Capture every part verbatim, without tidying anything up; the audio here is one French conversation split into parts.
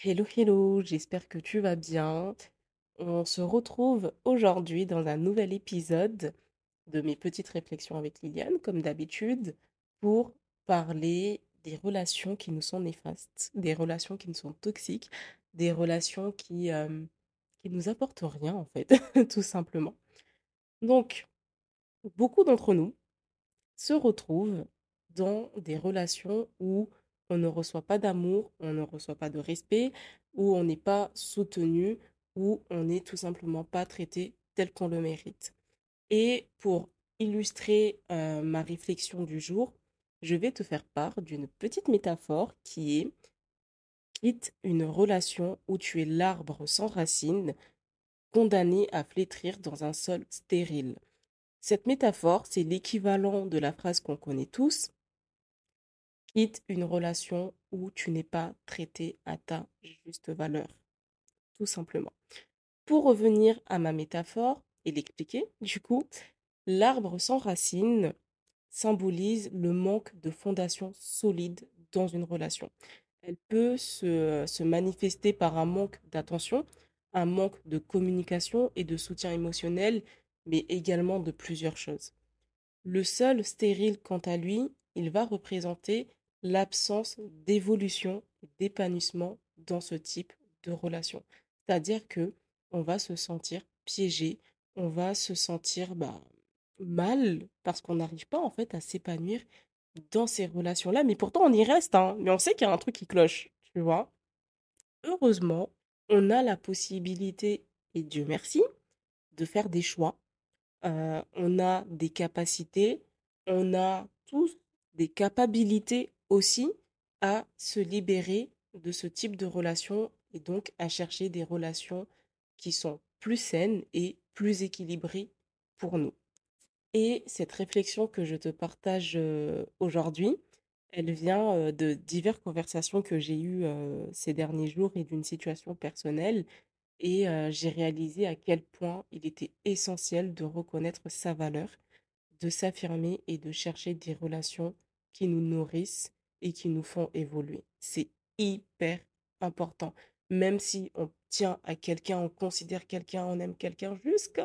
Hello, hello, j'espère que tu vas bien. On se retrouve aujourd'hui dans un nouvel épisode de mes petites réflexions avec Liliane, comme d'habitude, pour parler des relations qui nous sont néfastes, des relations qui nous sont toxiques, des relations qui, euh, qui nous apportent rien, en fait, tout simplement. Donc, beaucoup d'entre nous se retrouvent dans des relations où on ne reçoit pas d'amour, on ne reçoit pas de respect, où on n'est pas soutenu, où on n'est tout simplement pas traité tel qu'on le mérite. Et pour illustrer euh, ma réflexion du jour, je vais te faire part d'une petite métaphore qui est quitte une relation où tu es l'arbre sans racines, condamné à flétrir dans un sol stérile. Cette métaphore, c'est l'équivalent de la phrase qu'on connaît tous: quitte une relation où tu n'es pas traité à ta juste valeur, tout simplement. Pour revenir à ma métaphore et l'expliquer, du coup, l'arbre sans racines symbolise le manque de fondation solide dans une relation. Elle peut se, se manifester par un manque d'attention, un manque de communication et de soutien émotionnel, mais également de plusieurs choses. Le sol stérile, quant à lui, il va représenter l'absence d'évolution et d'épanouissement dans ce type de relation. C'est-à-dire que on va se sentir piégé, on va se sentir bah, mal parce qu'on n'arrive pas en fait à s'épanouir dans ces relations-là. Mais pourtant on y reste, hein, mais on sait qu'il y a un truc qui cloche, tu vois. Heureusement, on a la possibilité, et Dieu merci, de faire des choix. Euh, on a des capacités, on a tous des capacités aussi à se libérer de ce type de relations et donc à chercher des relations qui sont plus saines et plus équilibrées pour nous. Et cette réflexion que je te partage euh, aujourd'hui, elle vient euh, de diverses conversations que j'ai eues euh, ces derniers jours et d'une situation personnelle. Et euh, j'ai réalisé à quel point il était essentiel de reconnaître sa valeur, de s'affirmer et de chercher des relations qui nous nourrissent et qui nous font évoluer. C'est hyper important. Même si on tient à quelqu'un, on considère quelqu'un, on aime quelqu'un jusqu'à...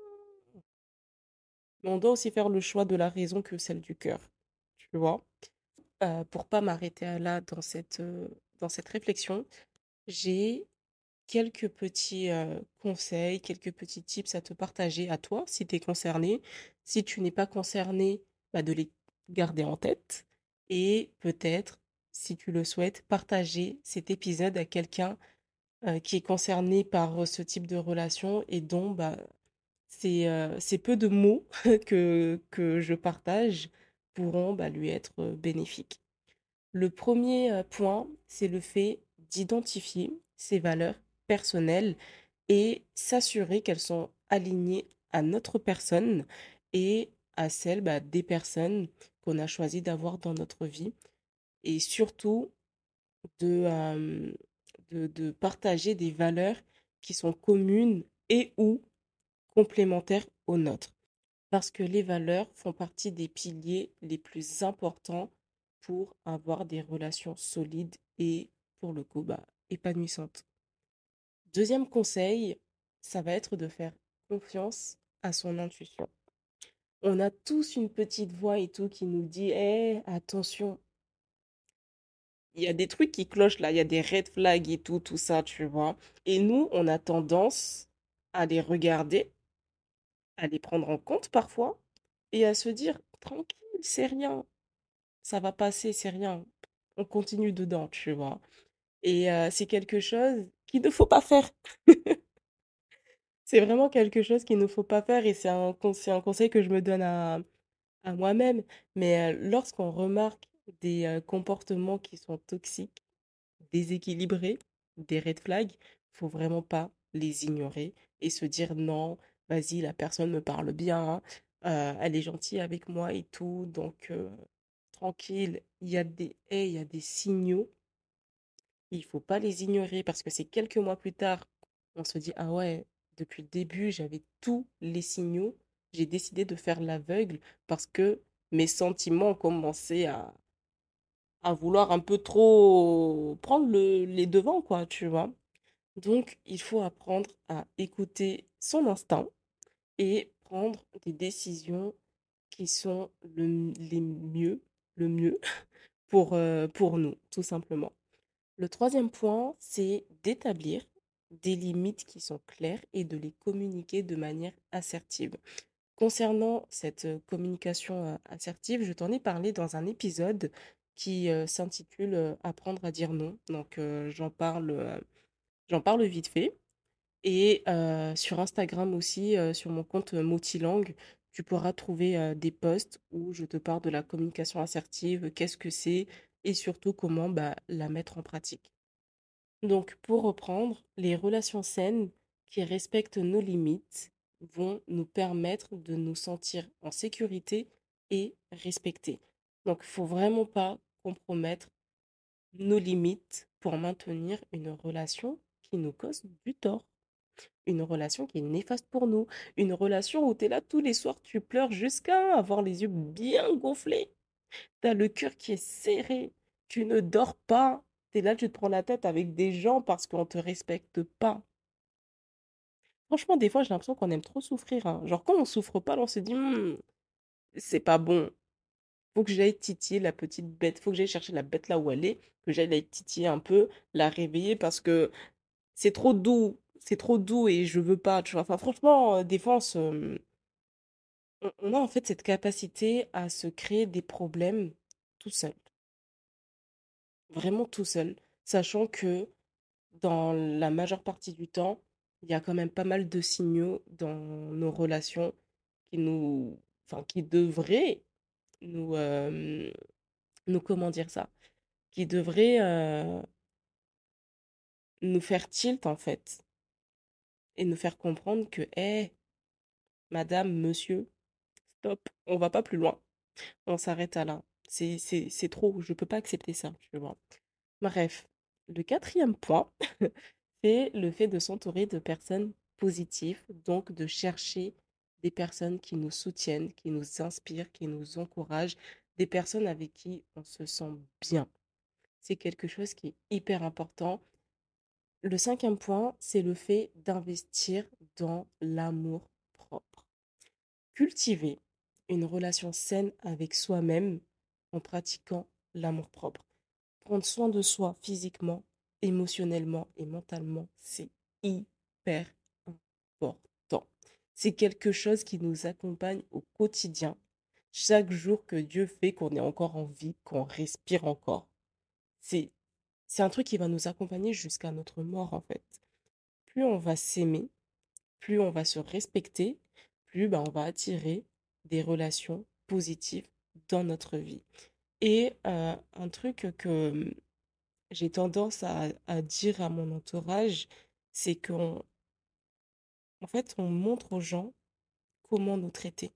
Mais on doit aussi faire le choix de la raison que celle du cœur, tu vois. Euh, pour pas m'arrêter à là dans cette, euh, dans cette réflexion, j'ai quelques petits euh, conseils, quelques petits tips à te partager à toi si tu es concerné. Si tu n'es pas concerné, bah, de les garder en tête. Et peut-être, si tu le souhaites, partager cet épisode à quelqu'un euh, qui est concerné par euh, ce type de relation et dont bah, c'est euh, c'est peu de mots que, que je partage pourront bah, lui être euh, bénéfiques. Le premier euh, point, c'est le fait d'identifier ses valeurs personnelles et s'assurer qu'elles sont alignées à notre personne et à celles bah, des personnes qu'on a choisi d'avoir dans notre vie. Et surtout, de, euh, de, de partager des valeurs qui sont communes et ou complémentaires aux nôtres. Parce que les valeurs font partie des piliers les plus importants pour avoir des relations solides et, pour le coup, bah, épanouissantes. Deuxième conseil, ça va être de faire confiance à son intuition. On a tous une petite voix et tout qui nous dit: «Eh, attention, il y a des trucs qui clochent là, il y a des red flags et tout, tout ça, tu vois.» Et nous, on a tendance à les regarder, à les prendre en compte parfois et à se dire: «Tranquille, c'est rien, ça va passer, c'est rien.» On continue dedans, tu vois. Et euh, c'est quelque chose qu'il ne faut pas faire. C'est vraiment quelque chose qu'il ne faut pas faire et c'est un, con- c'est un conseil que je me donne à, à moi-même. Mais euh, lorsqu'on remarque des euh, comportements qui sont toxiques, déséquilibrés, des red flags, faut vraiment pas les ignorer et se dire: «Non, vas-y, la personne me parle bien, euh, elle est gentille avec moi et tout, donc euh, tranquille.» Il y a des haies, il y a des signaux, il faut pas les ignorer parce que c'est quelques mois plus tard, on se dit: «Ah ouais, depuis le début, j'avais tous les signaux, j'ai décidé de faire l'aveugle parce que mes sentiments ont commencé à, à vouloir un peu trop prendre le, les devants, quoi, tu vois. Donc, il faut apprendre à écouter son instinct et prendre des décisions qui sont le, les mieux, le mieux pour, euh, pour nous, tout simplement. Le troisième point, c'est d'établir des limites qui sont claires et de les communiquer de manière assertive. Concernant cette euh, communication euh, assertive, je t'en ai parlé dans un épisode qui euh, s'intitule euh, Apprendre à dire non. Donc, euh, j'en parle, euh, j'en parle vite fait. Et euh, sur Instagram aussi, euh, sur mon compte euh, Motilang, tu pourras trouver euh, des posts où je te parle de la communication assertive, qu'est-ce que c'est et surtout comment bah, la mettre en pratique. Donc, pour reprendre, les relations saines qui respectent nos limites vont nous permettre de nous sentir en sécurité et respectés. Donc, il faut vraiment pas compromettre nos limites pour maintenir une relation qui nous cause du tort. Une relation qui est néfaste pour nous. Une relation où tu es là tous les soirs, tu pleures jusqu'à avoir les yeux bien gonflés. Tu as le cœur qui est serré. Tu ne dors pas. Tu es là, tu te prends la tête avec des gens parce qu'on ne te respecte pas. Franchement, des fois, j'ai l'impression qu'on aime trop souffrir, hein. Genre, quand on souffre pas, là, on se dit, Hmm, c'est pas bon. Faut que j'aille titiller la petite bête. Faut que j'aille chercher la bête là où elle est. Que j'aille la titiller un peu, la réveiller parce que c'est trop doux. C'est trop doux et je veux pas, tu vois. Enfin, franchement, euh, des fois, on se- on on a en fait cette capacité à se créer des problèmes tout seul. Vraiment tout seul. Sachant que dans la majeure partie du temps, il y a quand même pas mal de signaux dans nos relations qui nous, enfin, qui devraient nous, euh, nous, comment dire ça, qui devraient euh, nous faire tilt en fait et nous faire comprendre que, hé, madame, monsieur, stop, on va pas plus loin, on s'arrête à là. C'est, c'est, c'est trop, je peux pas accepter ça, tu vois. Bref, le quatrième point, c'est le fait de s'entourer de personnes positives, donc de chercher des personnes qui nous soutiennent, qui nous inspirent, qui nous encouragent, des personnes avec qui on se sent bien. C'est quelque chose qui est hyper important. Le cinquième point, c'est le fait d'investir dans l'amour propre. Cultiver une relation saine avec soi-même en pratiquant l'amour propre. Prendre soin de soi physiquement, émotionnellement et mentalement, c'est hyper important. C'est quelque chose qui nous accompagne au quotidien, chaque jour que Dieu fait qu'on est encore en vie, qu'on respire encore. C'est, c'est un truc qui va nous accompagner jusqu'à notre mort, en fait. Plus on va s'aimer, plus on va se respecter, plus bah, on va attirer des relations positives dans notre vie. Et euh, un truc que j'ai tendance à, à dire à mon entourage, c'est qu'en en fait, on montre aux gens comment nous traiter.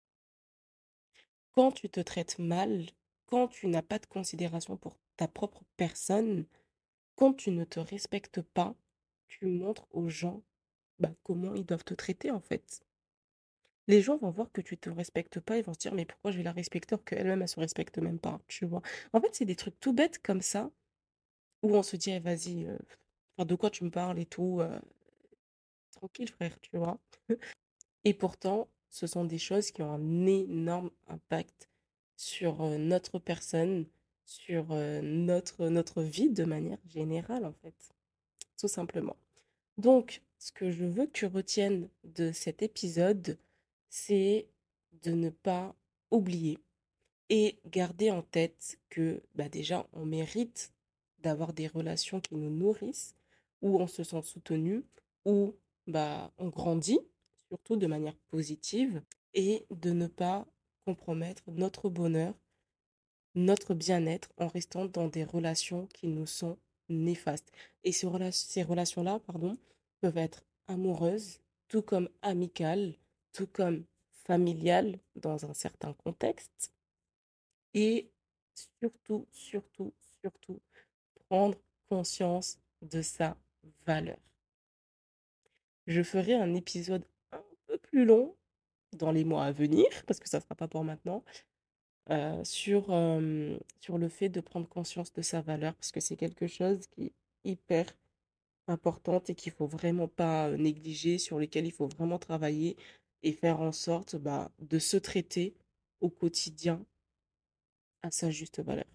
Quand tu te traites mal, quand tu n'as pas de considération pour ta propre personne, quand tu ne te respectes pas, tu montres aux gens bah, comment ils doivent te traiter en fait. Les gens vont voir que tu te respectes pas, ils vont se dire mais pourquoi je vais la respecter alors qu'elle-même elle se respecte même pas, tu vois. En fait, c'est des trucs tout bêtes comme ça où on se dit eh, vas-y, euh, enfin, de quoi tu me parles et tout, euh, tranquille frère, tu vois. Et pourtant, ce sont des choses qui ont un énorme impact sur euh, notre personne, sur euh, notre, notre vie de manière générale, en fait, tout simplement. Donc, ce que je veux que tu retiennes de cet épisode, c'est de ne pas oublier et garder en tête que bah déjà, on mérite d'avoir des relations qui nous nourrissent, où on se sent soutenu, où bah, on grandit, surtout de manière positive, et de ne pas compromettre notre bonheur, notre bien-être en restant dans des relations qui nous sont néfastes. Et ces, rela- ces relations-là, pardon, peuvent être amoureuses, tout comme amicales, tout comme familiales dans un certain contexte et surtout, surtout, surtout, prendre conscience de sa valeur. Je ferai un épisode un peu plus long dans les mois à venir, parce que ça ne sera pas pour maintenant, heu, sur, hem, sur le fait de prendre conscience de sa valeur parce que c'est quelque chose qui est hyper importante et qu'il faut vraiment pas, heu, négliger, sur lesquelles il faut vraiment travailler et faire en sorte, bah, de se traiter au quotidien à sa juste valeur.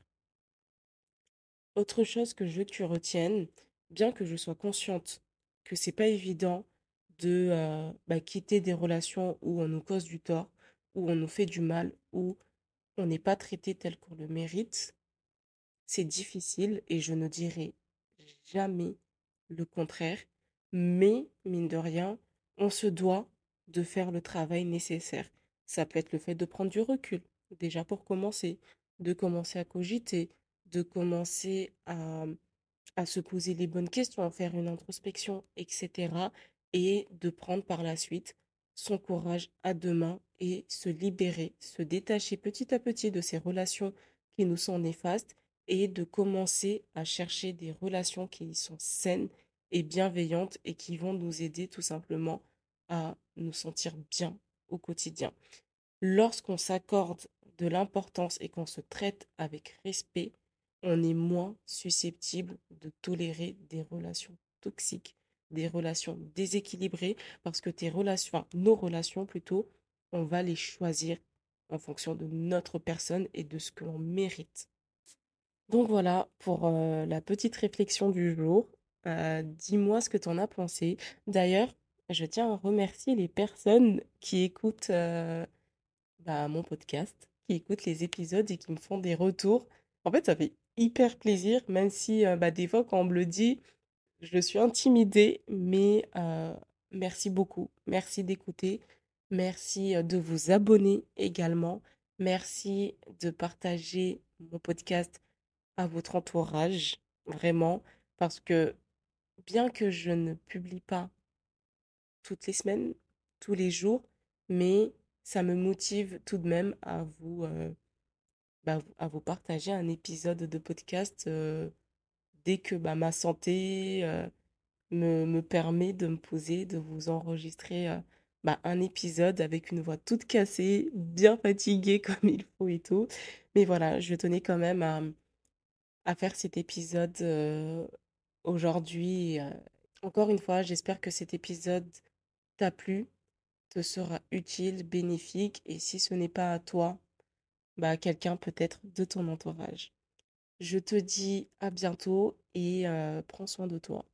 Autre chose que je veux que tu retiennes, bien que je sois consciente que c'est pas évident de, heu, bah, quitter des relations où on nous cause du tort, où on nous fait du mal, où on n'est pas traité tel qu'on le mérite, c'est difficile et je ne dirai jamais le contraire. Mais, mine de rien, on se doit de faire le travail nécessaire. Ça peut être le fait de prendre du recul, déjà pour commencer, de commencer à cogiter, de commencer à, à se poser les bonnes questions, faire une introspection, et cetera. Et de prendre par la suite son courage à deux mains et se libérer, se détacher petit à petit de ces relations qui nous sont néfastes et de commencer à chercher des relations qui sont saines et bienveillantes et qui vont nous aider tout simplement à nous sentir bien au quotidien. Lorsqu'on s'accorde de l'importance et qu'on se traite avec respect, on est moins susceptible de tolérer des relations toxiques, des relations déséquilibrées, parce que tes relations, enfin, nos relations plutôt, on va les choisir en fonction de notre personne et de ce que l'on mérite. Donc voilà pour euh, la petite réflexion du jour. Euh, dis-moi ce que tu en as pensé. D'ailleurs, je tiens à remercier les personnes qui écoutent euh, bah, mon podcast, qui écoutent les épisodes et qui me font des retours. En fait, ça fait hyper plaisir, même si euh, bah, des fois, quand on me le dit, je suis intimidée, mais euh, merci beaucoup. Merci d'écouter. Merci euh, de vous abonner également. Merci de partager mon podcast à votre entourage, vraiment, parce que bien que je ne publie pas toutes les semaines, tous les jours, mais ça me motive tout de même à vous, euh, bah, à vous partager un épisode de podcast euh, dès que bah, ma santé euh, me, me permet de me poser, de vous enregistrer euh, bah, un épisode avec une voix toute cassée, bien fatiguée comme il faut et tout. Mais voilà, je tenais quand même à, à faire cet épisode euh, aujourd'hui. euh. Encore une fois, j'espère que cet épisode t'a plu, te sera utile, bénéfique, et si ce n'est pas à toi, bah, à quelqu'un peut-être de ton entourage. Je te dis à bientôt et euh, prends soin de toi.